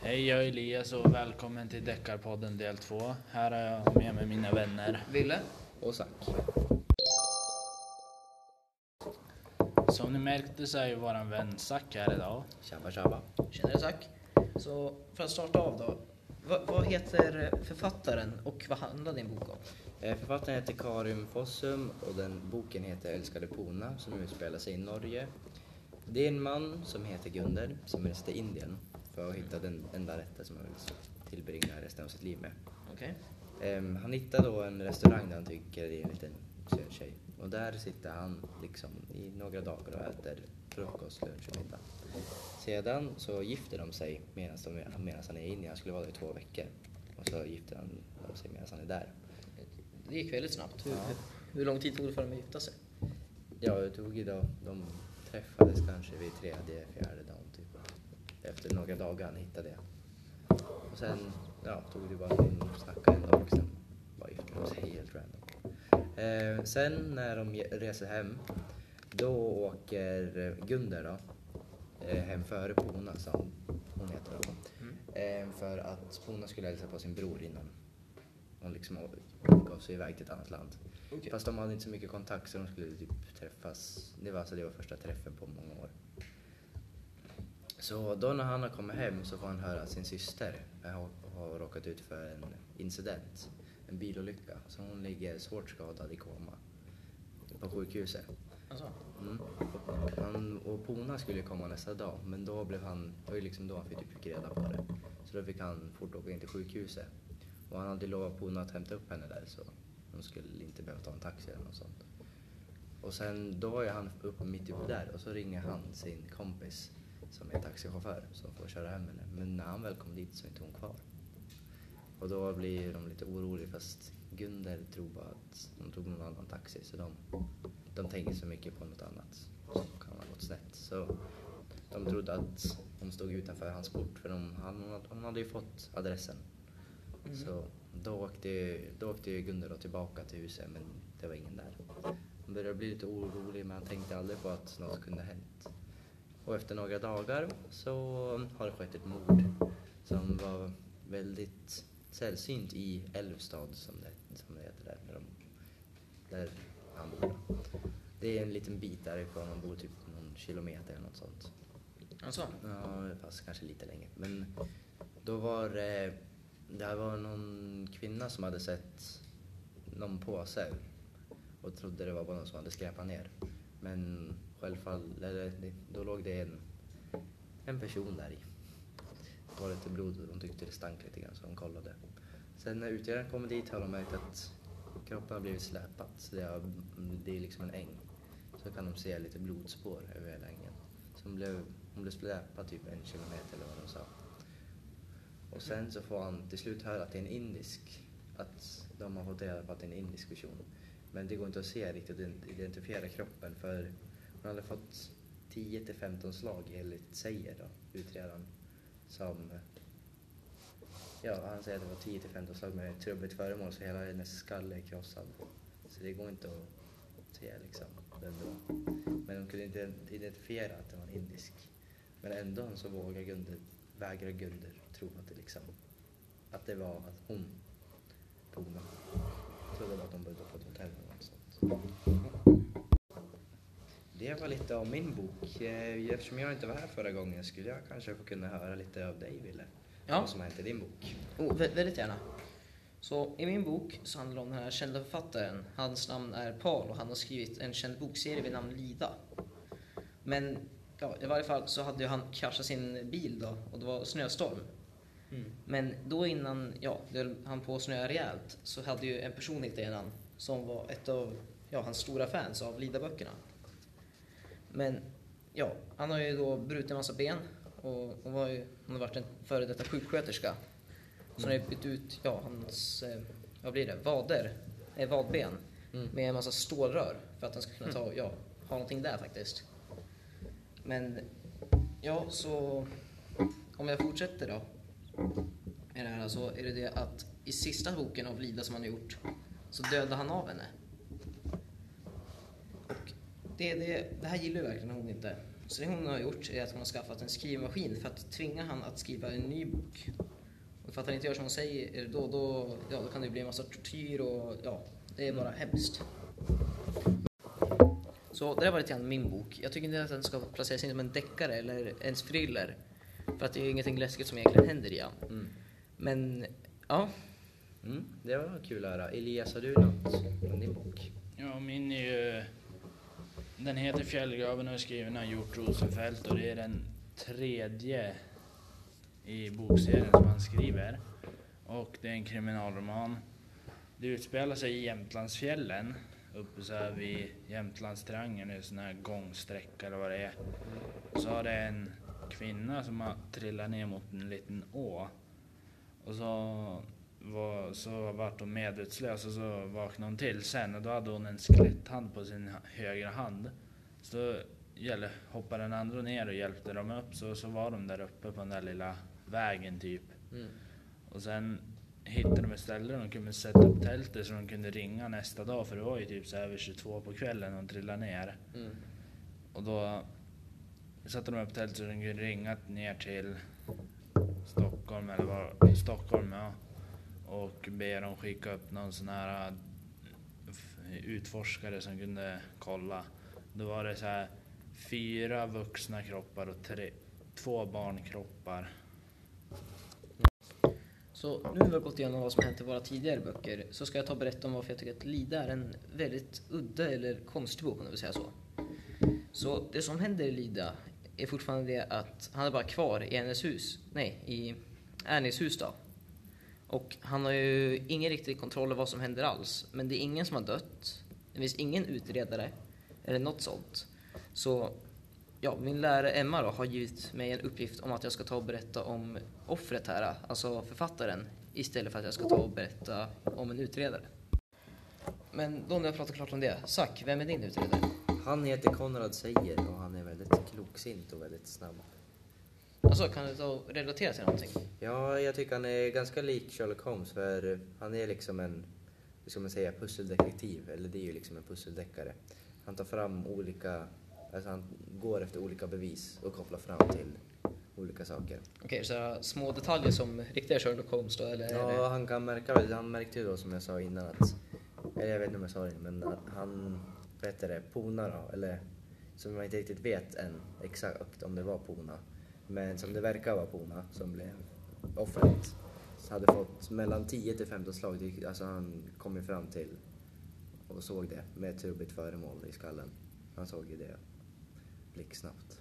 Hej, jag är Elias och välkommen till Deckarpodden del 2. Här har jag med mig mina vänner Ville och Zack. Som ni märkte så är ju våran vän Zack här idag. Tjabba tjabba. känner Zack. Så för att starta av då, vad heter författaren och vad handlar din bok om? Författaren heter Karim Fossum och den boken heter Älskade Pona som utspelar sig i Norge. Det är en man som heter Gunder som reser till Indien för att hitta den enda rätten som han vill tillbringa resten av sitt liv med. Okej. Han hittar då en restaurang där han tycker det är en liten söt tjej. Och där sitter han liksom i några dagar och äter frukost, lunch och middag. Sedan så gifter de sig medan han är i Indien. Han skulle vara där i 2 veckor. Och så gifter de sig medan han är där. Det gick väldigt snabbt. Hur lång tid tog det för dem att gifta sig? Ja, det tog idag. De träffades kanske vid 3:e, 4:e dagen typ. Efter några dagar han hittade det. Och sen tog det bara en snacka en dag sen. Bara gifte de sig helt random. Sen när de reser hem, då åker Gunder då hem före Pona som hon heter då. För att Pona skulle hälsa på sin bror innan hon liksom gav sig iväg till ett annat land. Okay. Fast de hade inte så mycket kontakt så de skulle typ träffas. Det var första träffen på många år. Så då när han har kommit hem så får han höra att sin syster har råkat ut för en incident. En bilolycka. Så hon ligger svårt skadad i koma på sjukhuset. Alltså. Och Pona skulle komma nästa dag. Men då blev han, det var ju liksom då han fick reda på det. Så då fick han fort åka in till sjukhuset. Och han hade lovat Pona att hämta upp henne där. Så de skulle inte behöva ta en taxi eller något sånt. Och sen då är han uppe mitt uppe där. Och så ringer han sin kompis som är taxichaufför som får köra hem henne. Men när han väl kom dit så är inte hon kvar. Och då blir de lite oroliga fast Gunder tror bara att de tog någon annan taxi. Så de tänker så mycket på något annat som kan ha gått snett. Så de trodde att hon stod utanför hans port för hon hade ju fått adressen. Så då åkte Gunder då tillbaka till huset men det var ingen där. Han började bli lite orolig men han tänkte aldrig på att något kunde ha hänt. Och efter några dagar så har det skett ett mord som var väldigt sällsynt i Älvstad som det heter där han bor. Det är en liten bit därifrån, han bor typ någon kilometer eller något sånt. Alltså? Ja, fast kanske lite längre. Men då var det var någon kvinna som hade sett någon påse och trodde det var bara någon som hade skräpat ner. Men då låg det en person där i. Det var lite blod och de tyckte det stank lite grann så de kollade. Sen när utredaren kom dit har de märkt att kroppen har blivit släpat. Så det är liksom en äng. Så kan de se lite blodspår över hela ängen. Så hon blev släpad typ 1 kilometer eller vad de sa. Och sen så får han till slut höra att det är en indisk. Att de har fått reda på att det är en indisk person. Men det går inte att se riktigt identifiera kroppen för hon hade fått 10-15 slag enligt säger då, utredaren. Han säger att det var 10-15 slag med ett trubbigt föremål så hela hennes skalle är krossad. Så det går inte att se liksom vem det var. Men de kunde inte identifiera att det var en indisk. Men ändå så vägrar Gunder tro att det liksom att det var att hon Pona. Jag trodde att de bodde på ett hotell eller något sånt. Det var lite av min bok. Eftersom jag inte var här förra gången skulle jag kanske få kunna höra lite av dig, Ville. Ja. Vad som hette din bok. Väldigt gärna. Så i min bok så handlar det om den här kända författaren. Hans namn är Paul och han har skrivit en känd bokserie vid namn Lida. Men i varje fall så hade han kraschat sin bil då och det var snöstorm. Men då innan han på snö rejält så hade ju en person hittat igen som var ett av hans stora fans av Lida-böckerna. Men han har ju då brutit en massa ben och hon har varit en före detta sjuksköterska. Så han har bytt ut hans vadben med en massa stålrör för att han ska kunna ha någonting där faktiskt. Men så om jag fortsätter då med det här så är det att i sista boken av Lida som han har gjort så dödade han av henne. Och det här gillar ju verkligen hon inte. Så det hon har gjort är att hon har skaffat en skrivmaskin för att tvinga han att skriva en ny bok. Och för att han inte gör som hon säger, då kan det bli en massa tortyr och ja, det är bara hemskt. Så det var lite grann min bok. Jag tycker inte att den ska placeras in som en deckare eller ens thriller. För att det är ingenting läskigt som egentligen händer i den. Men, ja. Det var kul att höra. Elias, har du något om din bok? Ja, min är ju... Den heter Fjällgraven och är skriven av Hjort Rosenfeldt och det är den 3:e i bokserien som han skriver. Och det är en kriminalroman. Det utspelar sig i Jämtlandsfjällen, uppe så här vid Jämtlandstriangeln, en sån här gångsträcka eller vad det är. Så har det en kvinna som har trillat ner mot en liten å. Och så vart hon medvetslös och så vaknade hon till sen och då hade hon en skeletthand på sin högra hand. Så hoppade den andra ner och hjälpte dem upp så var de där uppe på den där lilla vägen typ. Och sen hittade de ett ställe där de kunde sätta upp tältet så de kunde ringa nästa dag, för det var ju typ så här vid 22 på kvällen och de trillade ner. Och då satte de upp tältet så de kunde ringa ner till Stockholm ja, och be dem skicka upp någon sån här utforskare som kunde kolla. Då var det så här 4 vuxna kroppar och 2 barnkroppar. Så nu har vi gått igenom vad som hänt i våra tidigare böcker, så ska jag berätta om varför jag tycker att Lida är en väldigt udda eller konstig bok, om jag vill säga så. Så det som händer i Lida är fortfarande det att han är bara kvar i i Ernis hus då. Och han har ju ingen riktig kontroll över vad som händer alls. Men det är ingen som har dött. Det finns ingen utredare eller något sånt. Så ja, min lärare Emma då har givit mig en uppgift om att jag ska ta och berätta om offret här, alltså författaren, istället för att jag ska ta och berätta om en utredare. Men då när jag pratar klart om det, Zack, vem är din utredare? Han heter Konrad Seijer och han är väldigt kloksint och väldigt snabb. Alltså, kan du då relatera till någonting? Ja, jag tycker han är ganska lik Sherlock Holmes, för han är liksom en, hur ska man säga, pusseldetektiv, eller det är ju liksom en pusseldeckare. Han tar fram han går efter olika bevis och kopplar fram till olika saker. Okej, så små detaljer som riktiga Sherlock Holmes då, eller? Ja, han märkte ju då, som jag sa innan, att, eller jag vet inte om jag sa det, men att han, Pona då, eller som man inte riktigt vet än exakt om det var Pona. Men som det verkar vara Pona som blev offret. Så hade fått mellan 10 till 15 slag. Alltså han kom ju fram till och såg det med ett trubbigt föremål i skallen. Han såg ju det blixtsnabbt.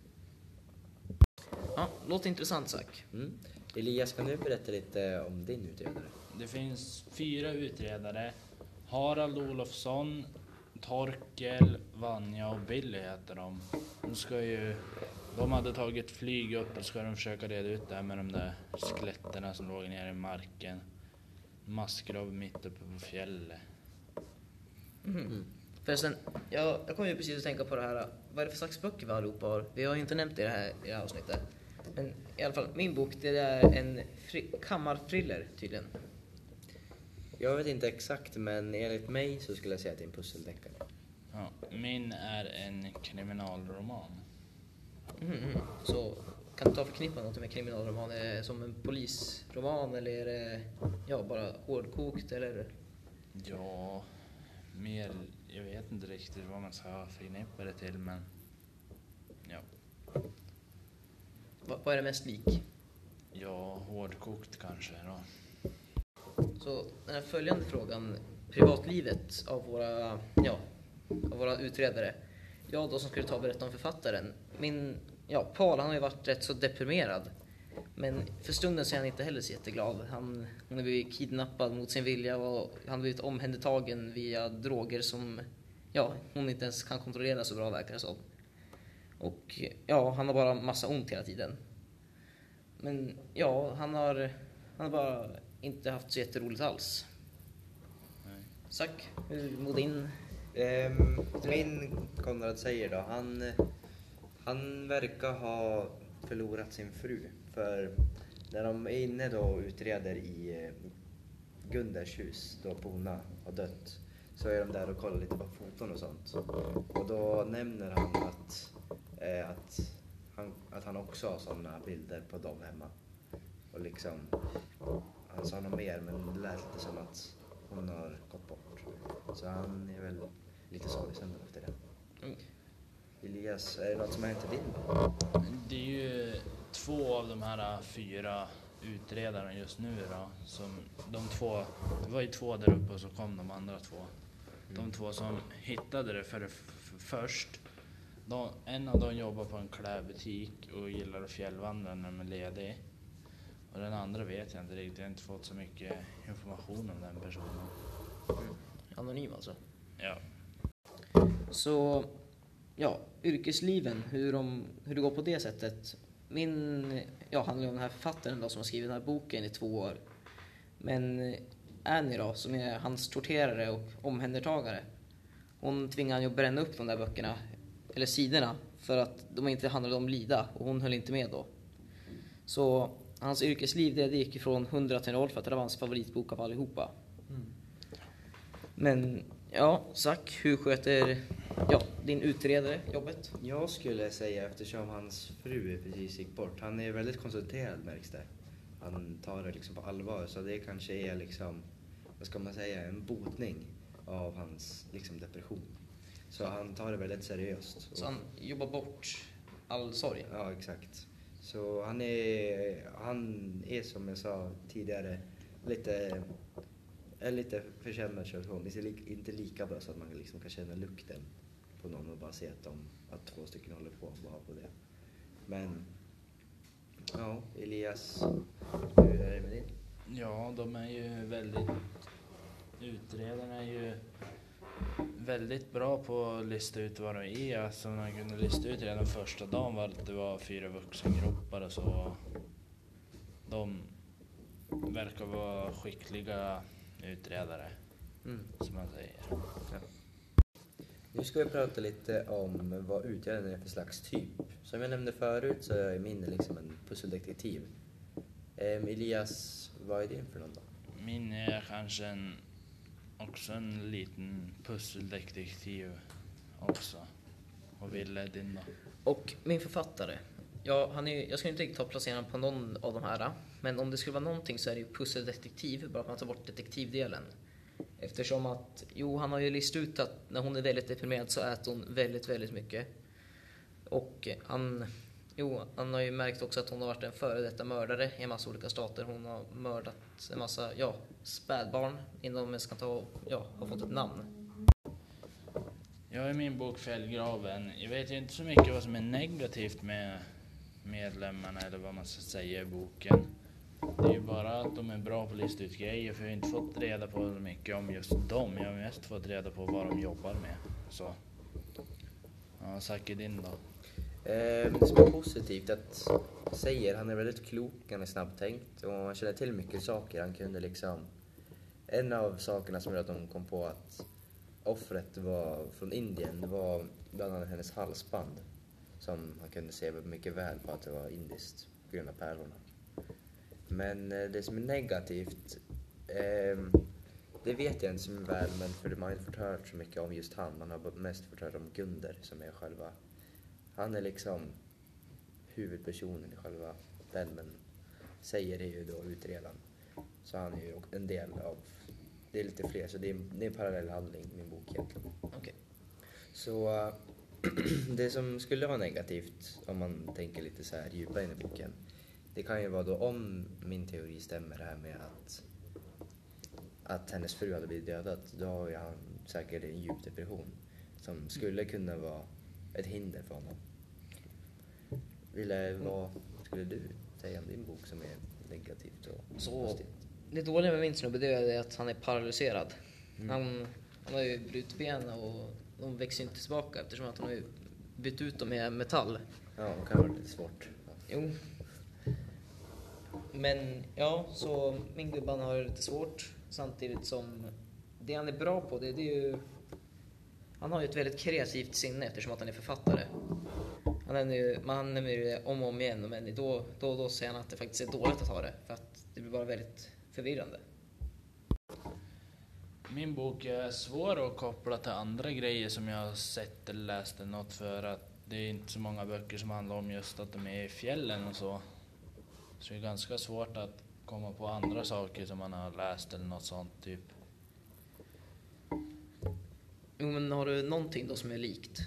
Ja, låter intressant, Zack. Elias, kan du berätta lite om din utredare? Det finns 4 utredare. Harald Olofsson, Torkel, Vanja och Billy heter de. De hade tagit flyg upp och ska de försöka reda ut det här med de där skeletterna som låg ner i marken. Massgrav mitt uppe på fjället. Förresten, jag kommer ju precis att tänka på det här. Vad är det för slags böcker vi allihopa har? Vi har ju inte nämnt det här i det här avsnittet. Men i alla fall, min bok, det är en kammarthriller tydligen. Jag vet inte exakt, men enligt mig så skulle jag säga att det är en pusseldeckare. Ja, min är en kriminalroman. Så kan du ta förknippa något med kriminalroman? Är det som en polisroman eller är det bara hårdkokt eller? Ja, mer, jag vet inte riktigt vad man ska förknippa det till, men ja. Vad är det mest lik? Ja, hårdkokt kanske då. Så den här följande frågan, privatlivet av våra utredare. Jag då som skulle ta och berätta om författaren. Paul, han har ju varit rätt så deprimerad. Men för stunden så är han inte heller så jätteglad. Han har blivit kidnappad mot sin vilja och han har blivit omhändertagen via droger som hon inte ens kan kontrollera så bra, verkar det som. Och han har bara massa ont hela tiden. Men han har bara inte haft så jätteroligt alls. Nej. Zack, hur mår din? Min Konrad säger då, han verkar ha förlorat sin fru. För när de är inne då och utreder i Gunders hus, då Pona har dött, så är de där och kollar lite på foton och sånt. Och då nämner han att att han också har sådana bilder på dem hemma. Och liksom, han sa något mer, men det lät lite som att hon har gått bort. Så han är väl lite sorgsen efter det. Elias, är det något som har hänt i din? Det är ju 2 av de här 4 utredarna just nu då, som de 2, det var ju 2 där uppe och så kom de andra 2. De 2 som hittade det först, en av dem jobbar på en klädbutik och gillar att fjällvandra när de är ledig. Och den andra vet jag inte riktigt, jag har inte fått så mycket information om den personen. Anonym alltså. Ja. Så ja, yrkesliven, hur det går på det sättet. Handlar om den här författaren då, som har skrivit den här boken i 2 år. Men Annie då, som är hans torterare och omhändertagare, hon tvingade ju att bränna upp de där böckerna, eller sidorna, för att de inte handlade om Lida, och hon höll inte med då. Så hans yrkesliv det gick ifrån 100 till 0 för att det var hans favoritbok av allihopa. Men ja, Zack, hur sköter din utredare jobbet? Jag skulle säga, eftersom hans fru precis gick bort, han är väldigt koncentrerad, märks det. Han tar det liksom på allvar, så det kanske är liksom, vad ska man säga, en botning av hans liksom depression. Så han tar det väldigt seriöst. Så han jobbar bort all sorg? Ja, exakt. Så han är som jag sa tidigare lite försämrad situation. Det är inte lika bra så att man liksom kan känna lukten på någon och bara se att 2 stycken håller på bara på det. Men ja, Elias, hur är det med din? Ja, de är ju utredarna är ju väldigt bra på att lista ut vad det är. Alltså man kunde lista ut redan första dagen vad det var 4 vuxengropar och så. De verkar vara skickliga utredare, som man säger. Ja. Nu ska vi prata lite om vad utredaren är för slags typ. Som jag nämnde förut så är min liksom en pusseldetektiv. Elias, vad är din för någon då? Min är kanske också en liten pusseldetektiv också. Och Ville, din då? Och min författare, jag ska inte riktigt ta placeringen på någon av de här, men om det skulle vara någonting så är det ju pusseldetektiv, bara att man tar bort detektivdelen. Eftersom att, han har ju listat ut att när hon är väldigt deprimerad så äter hon väldigt, väldigt mycket. Och han har ju märkt också att hon har varit en före detta mördare i en massa olika stater. Hon har mördat en massa spädbarn innan de ens kan har fått ett namn. Jag har i min bok Fällgraven, jag vet ju inte så mycket vad som är negativt med medlemmarna eller vad man ska säga i boken. Det är ju bara att de är bra på att lista ut grejer, för jag har inte fått reda på så mycket om just dem. Jag har mest fått reda på vad de jobbar med. Så, ja, Zack, din då? Det som är positivt att han är väldigt klok, han är snabbtänkt och han känner till mycket saker. Han kunde liksom, en av sakerna som gjorde att de kom på att offret var från Indien, det var bland annat hennes halsband som han kunde se mycket väl på att det var indiskt på grund av pärlorna. Men det som är negativt, det vet jag inte så väl, men för man har inte fått höra så mycket om just han. Man har mest fått höra om Gunder som är själva, han är liksom huvudpersonen i själva den, men säger det ju då utredaren. Så han är ju en del av, det är lite fler, så det är en parallell handling i min bok egentligen. Okay. Så det som skulle vara negativt om man tänker lite så här djupare in i boken, det kan ju vara då, om min teori stämmer, det här med att hennes fru hade blivit dödad, då har ju han säkert en djup depression som skulle kunna vara ett hinder för honom. Vad skulle du säga om din bok som är negativt och så positivt? Det dåliga med min snubbe, det är att han är paralyserad. Han har ju brutit ben och de växer inte tillbaka eftersom att han har ju bytt ut dem med metall. Ja, det kan vara lite svårt. Jo. Men så min gubban har det lite svårt, samtidigt som det han är bra på, det är ju, han har ju ett väldigt kreativt sinne eftersom att han är författare. Man nämner det om och om igen, men då säger han att det faktiskt är dåligt att ha det, för att det blir bara väldigt förvirrande. Min bok är svår att koppla till andra grejer som jag har sett eller läst något, för att det är inte så många böcker som handlar om just att de är i fjällen och så. Så det är ganska svårt att komma på andra saker som man har läst eller något sånt typ. Jo, men har du någonting då som är likt?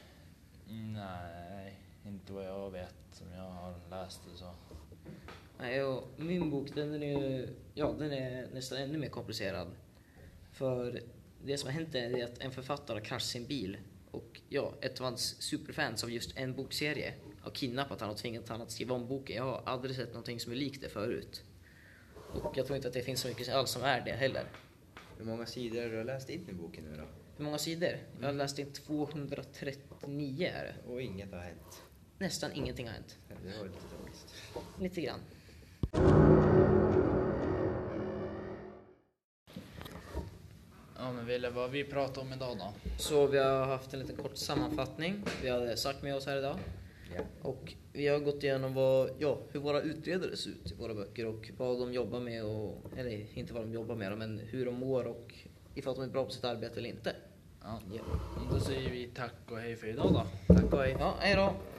Nej, inte vad jag vet som jag har läst det så. Nej, och min bok den är nästan ännu mer komplicerad. För det som har hänt är att en författare har kraschat sin bil. Och ett av hans superfans av just en bokserie har kidnappat han och tvingat han att skriva om boken. Jag har aldrig sett någonting som är likt det förut. Och jag tror inte att det finns så mycket alls som är det heller. Hur många sidor har du läst in i boken nu då? Hur många sidor? Jag har läst in 239 är det. Och inget har hänt. Nästan ingenting har hänt. Det var lite tragiskt. Lite grann. Ja, men Wille, vad vi pratar om idag då? Så vi har haft en liten kort sammanfattning. Vi har sagt med oss här idag. Ja. Och vi har gått igenom hur våra utredare ser ut i våra böcker och vad de jobbar med, eller inte vad de jobbar med, men hur de mår och ifall de är bra på sitt arbete eller inte. Ja, då säger vi tack och hej för idag då. Tack och hej. Ja, hej då!